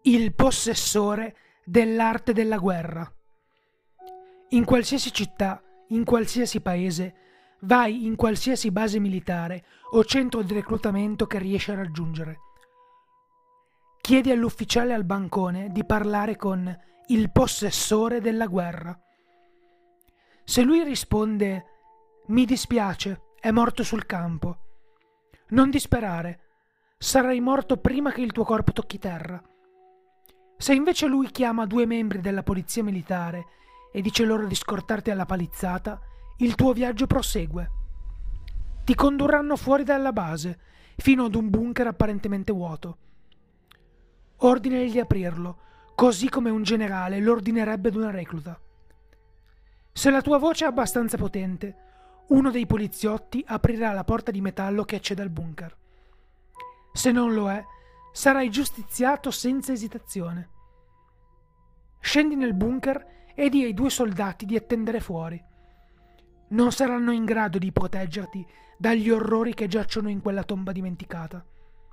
Il possessore dell'arte della guerra. In qualsiasi città, in qualsiasi paese, vai in qualsiasi base militare o centro di reclutamento che riesci a raggiungere. Chiedi all'ufficiale al bancone di parlare con il possessore della guerra. Se lui risponde «Mi dispiace, è morto sul campo», non disperare, sarai morto prima che il tuo corpo tocchi terra. Se invece lui chiama 2 membri della polizia militare e dice loro di scortarti alla palizzata, il tuo viaggio prosegue. Ti condurranno fuori dalla base, fino ad un bunker apparentemente vuoto. Ordinali di aprirlo, così come un generale l'ordinerebbe ad una recluta. Se la tua voce è abbastanza potente, uno dei poliziotti aprirà la porta di metallo che accede al bunker. Se non lo è, sarai giustiziato senza esitazione. Scendi nel bunker e di ai 2 soldati di attendere fuori. Non saranno in grado di proteggerti dagli orrori che giacciono in quella tomba dimenticata.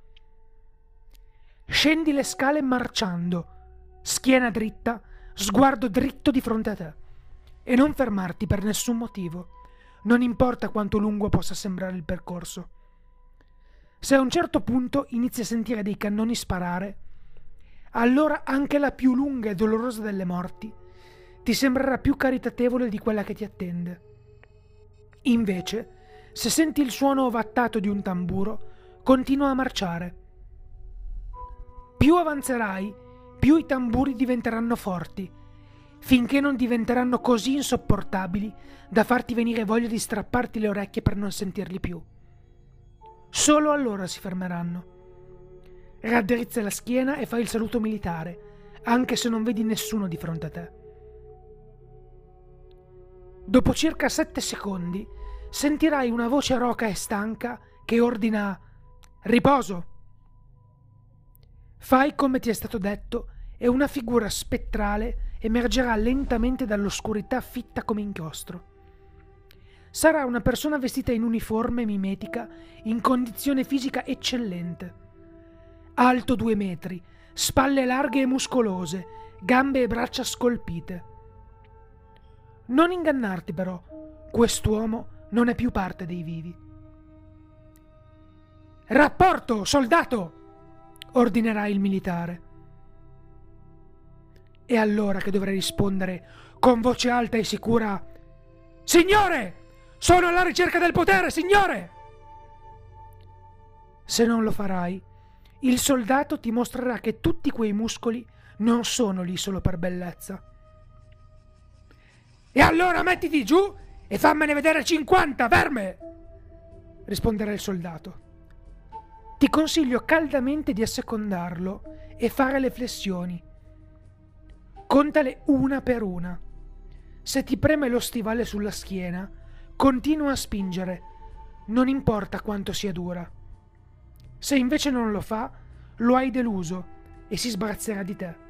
Scendi le scale marciando, schiena dritta, sguardo dritto di fronte a te, e non fermarti per nessun motivo, non importa quanto lungo possa sembrare il percorso. Se a un certo punto inizi a sentire dei cannoni sparare, allora anche la più lunga e dolorosa delle morti ti sembrerà più caritatevole di quella che ti attende. Invece, se senti il suono ovattato di un tamburo, continua a marciare. Più avanzerai, più i tamburi diventeranno forti, finché non diventeranno così insopportabili da farti venire voglia di strapparti le orecchie per non sentirli più. Solo allora si fermeranno. Raddrizza la schiena e fai il saluto militare, anche se non vedi nessuno di fronte a te. Dopo circa 7 secondi sentirai una voce roca e stanca che ordina «Riposo!». Fai come ti è stato detto e una figura spettrale emergerà lentamente dall'oscurità fitta come inchiostro. Sarà una persona vestita in uniforme mimetica, in condizione fisica eccellente. Alto 2 metri, spalle larghe e muscolose, gambe e braccia scolpite. Non ingannarti però, quest'uomo non è più parte dei vivi. «Rapporto, soldato!», ordinerà il militare. E allora che dovrai rispondere con voce alta e sicura: «Signore! Sono alla ricerca del potere, signore!». Se non lo farai, il soldato ti mostrerà che tutti quei muscoli non sono lì solo per bellezza. «E allora mettiti giù e fammene vedere 50, verme!», risponderà il soldato. Ti consiglio caldamente di assecondarlo e fare le flessioni. Contale una per una. Se ti preme lo stivale sulla schiena, continua a spingere, non importa quanto sia dura. Se invece non lo fa, lo hai deluso e si sbarazzerà di te.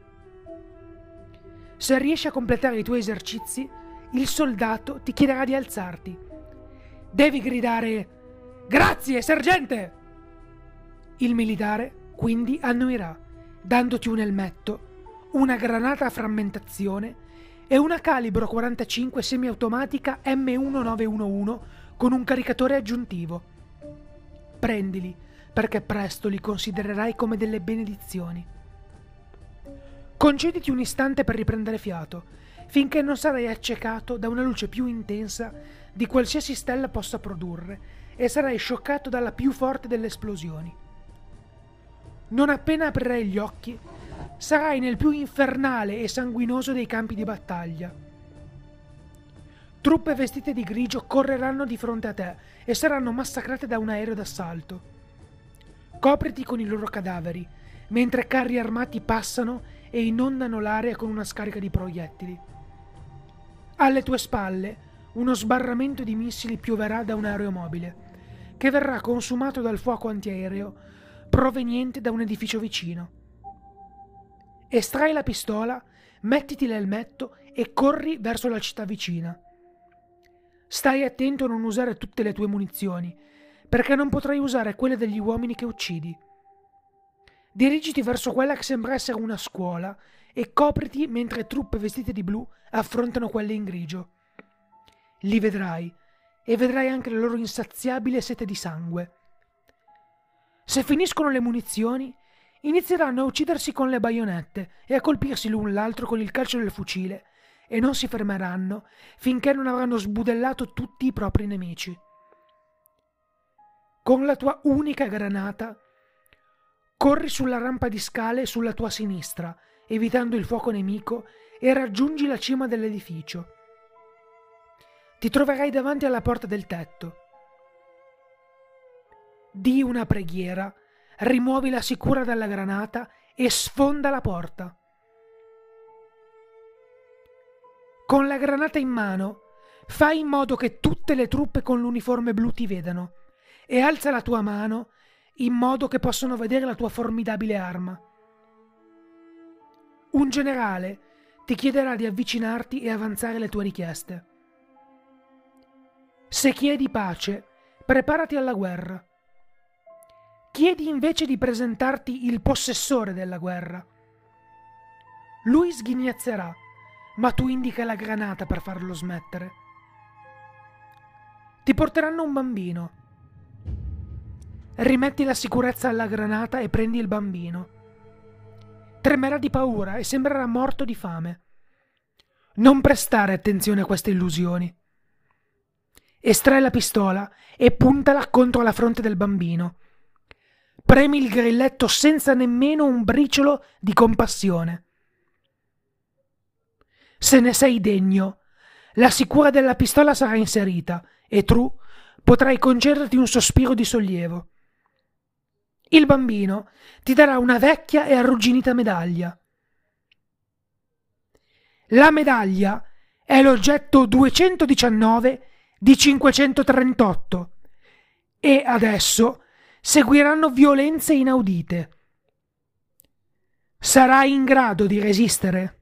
Se riesci a completare i tuoi esercizi, il soldato ti chiederà di alzarti. Devi gridare «Grazie, sergente!». Il militare quindi annuirà, dandoti un elmetto, una granata a frammentazione e una calibro 45 semiautomatica M1911 con un caricatore aggiuntivo. Prendili, perché presto li considererai come delle benedizioni. Concediti un istante per riprendere fiato, finché non sarai accecato da una luce più intensa di qualsiasi stella possa produrre e sarai scioccato dalla più forte delle esplosioni. Non appena aprirai gli occhi, sarai nel più infernale e sanguinoso dei campi di battaglia. Truppe vestite di grigio correranno di fronte a te e saranno massacrate da un aereo d'assalto. Copriti con i loro cadaveri, mentre carri armati passano e inondano l'area con una scarica di proiettili. Alle tue spalle, uno sbarramento di missili pioverà da un aeromobile, che verrà consumato dal fuoco antiaereo proveniente da un edificio vicino. Estrai la pistola, mettiti l'elmetto e corri verso la città vicina. Stai attento a non usare tutte le tue munizioni, perché non potrai usare quelle degli uomini che uccidi. Dirigiti verso quella che sembra essere una scuola e copriti mentre truppe vestite di blu affrontano quelle in grigio. Li vedrai, e vedrai anche la loro insaziabile sete di sangue. Se finiscono le munizioni, inizieranno a uccidersi con le baionette e a colpirsi l'un l'altro con il calcio del fucile, e non si fermeranno finché non avranno sbudellato tutti i propri nemici. Con la tua unica granata, corri sulla rampa di scale sulla tua sinistra, evitando il fuoco nemico, e raggiungi la cima dell'edificio. Ti troverai davanti alla porta del tetto. Di una preghiera, rimuovi la sicura dalla granata e sfonda la porta. Con la granata in mano, fai in modo che tutte le truppe con l'uniforme blu ti vedano e alza la tua mano in modo che possano vedere la tua formidabile arma. Un generale ti chiederà di avvicinarti e avanzare le tue richieste. Se chiedi pace, preparati alla guerra. Chiedi invece di presentarti il possessore della guerra. Lui sghignazzerà, ma tu indica la granata per farlo smettere. Ti porteranno un bambino. Rimetti la sicurezza alla granata e prendi il bambino. Tremerà di paura e sembrerà morto di fame. Non prestare attenzione a queste illusioni. Estrai la pistola e puntala contro la fronte del bambino. Premi il grilletto senza nemmeno un briciolo di compassione. Se ne sei degno, la sicura della pistola sarà inserita e tu potrai concederti un sospiro di sollievo. Il bambino ti darà una vecchia e arrugginita medaglia. La medaglia è l'oggetto 219 di 538 e adesso seguiranno violenze inaudite. Sarai in grado di resistere?